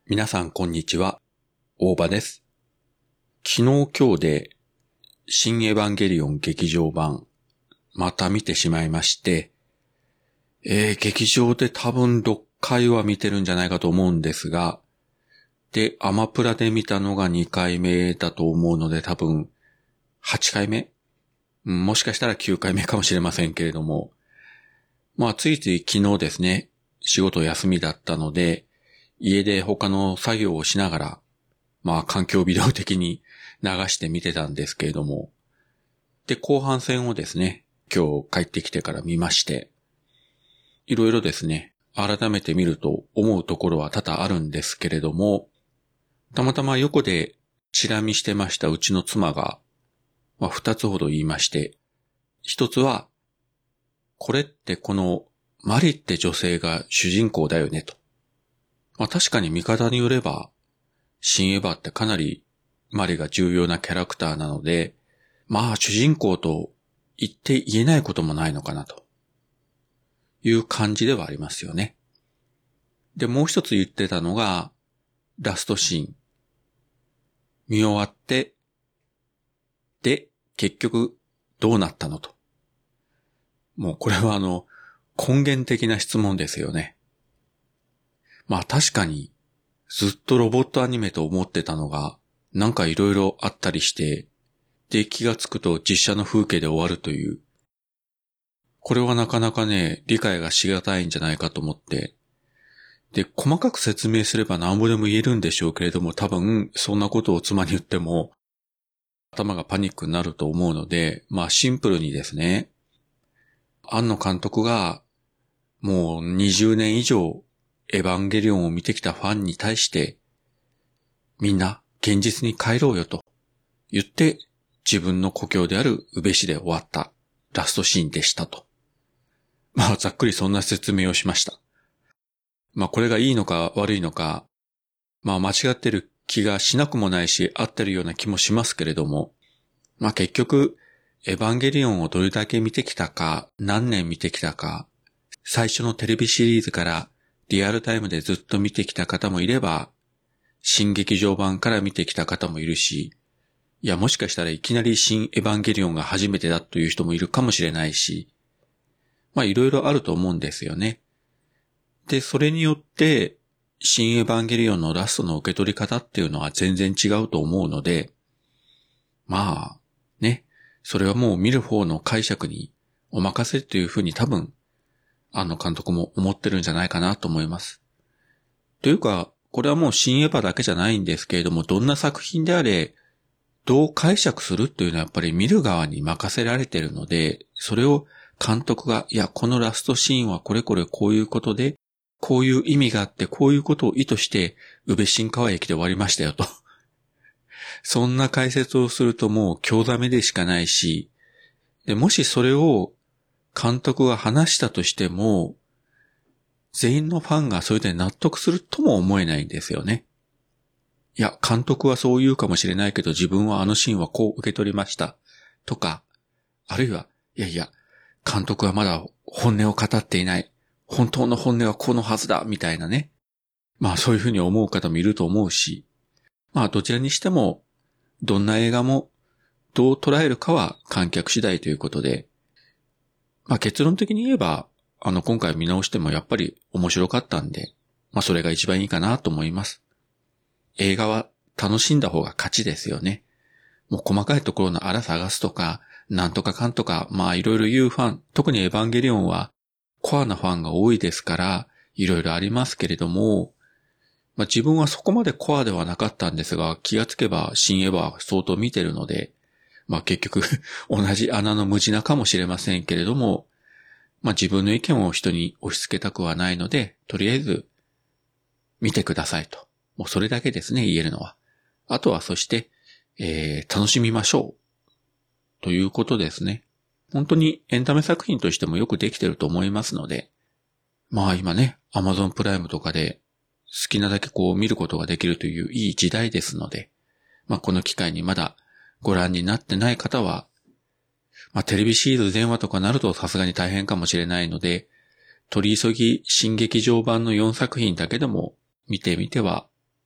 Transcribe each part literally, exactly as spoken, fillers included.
皆さんこんにちは、大場です。昨日今日で新エヴァンゲリオン劇場版また見てしまいまして、えー、劇場で多分ろっかいは見てるんじゃないかと思うんですが、で、アマプラで見たのがにかいめだと思うので多分はちかいめ、うん、もしかしたらきゅうかいめかもしれませんけれども、まあついつい昨日ですね、仕事休みだったので、家で他の作業をしながら、まあ環境ビデオ的に流して見てたんですけれども、で、後半戦をですね、今日帰ってきてから見まして、いろいろですね、改めて見ると思うところは多々あるんですけれども、たまたま横でチラ見してましたうちの妻が、まあ二つほど言いまして、一つは、これってこのマリって女性が主人公だよねと。まあ確かに見方によれば、新エヴァってかなりマリが重要なキャラクターなので、まあ主人公と言って言えないこともないのかなという感じではありますよね。で、もう一つ言ってたのが、ラストシーン。見終わって、で、結局どうなったのと。もうこれはあの、根源的な質問ですよね。まあ確かに、ずっとロボットアニメと思ってたのが、なんか色々あったりして、で、気がつくと実写の風景で終わるという。これはなかなかね、理解がしがたいんじゃないかと思って。で、細かく説明すれば何ぼでも言えるんでしょうけれども、多分、そんなことを妻に言っても、頭がパニックになると思うので、まあシンプルにですね、庵野監督が、もうにじゅうねん以上、エヴァンゲリオンを見てきたファンに対して、みんな現実に帰ろうよと言って自分の故郷である宇部市で終わったラストシーンでしたと。まあざっくりそんな説明をしました。まあこれがいいのか悪いのか、まあ間違ってる気がしなくもないし合ってるような気もしますけれども、まあ結局エヴァンゲリオンをどれだけ見てきたか、何年見てきたか、最初のテレビシリーズからリアルタイムでずっと見てきた方もいれば、新劇場版から見てきた方もいるし、いやもしかしたらいきなり新エヴァンゲリオンが初めてだという人もいるかもしれないし、まあいろいろあると思うんですよね。で、それによって新エヴァンゲリオンのラストの受け取り方っていうのは全然違うと思うので、まあね、それはもう見る方の解釈にお任せというふうに多分、庵野監督も思ってるんじゃないかなと思います。というか、これはもう新エヴァだけじゃないんですけれども、どんな作品であれ、どう解釈するっていうのはやっぱり見る側に任せられてるので、それを監督が、いや、このラストシーンはこれこれこういうことで、こういう意味があって、こういうことを意図して、宇部新川駅で終わりましたよと。そんな解説をするともう興ざめでしかないし、で、もしそれを監督が話したとしても、全員のファンがそれで納得するとも思えないんですよね。いや、監督はそう言うかもしれないけど自分はあのシーンはこう受け取りました。とか、あるいは、いやいや、監督はまだ本音を語っていない。本当の本音はこのはずだみたいなね。まあそういうふうに思う方もいると思うし、まあどちらにしても、どんな映画もどう捉えるかは観客次第ということで、まあ結論的に言えば、あの今回見直してもやっぱり面白かったんで、まあそれが一番いいかなと思います。映画は楽しんだ方が勝ちですよね。もう細かいところのあら探すとか、なんとかかんとか、まあいろいろ言うファン、特にエヴァンゲリオンはコアなファンが多いですから、いろいろありますけれども、まあ自分はそこまでコアではなかったんですが、気がつけば新エヴァは相当見てるので、まあ結局同じ穴の無地なかもしれませんけれども、まあ自分の意見を人に押し付けたくはないので、とりあえず見てくださいと。もうそれだけですね、言えるのは。あとはそして、えー、楽しみましょう。ということですね。本当にエンタメ作品としてもよくできてると思いますので、まあ今ね、Amazon プライムとかで好きなだけこう見ることができるといういい時代ですので、まあこの機会にまだご覧になってない方は、まあテレビシリーズ全話とかなるとさすがに大変かもしれないので、取り急ぎ新劇場版のよんさく品だけでも見てみては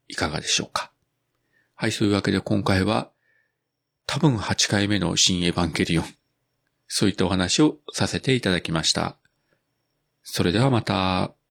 いかがでしょうか。はい、そういうわけで今回は多分はちかいめの新エヴァンゲリオン、そういったお話をさせていただきました。それではまた。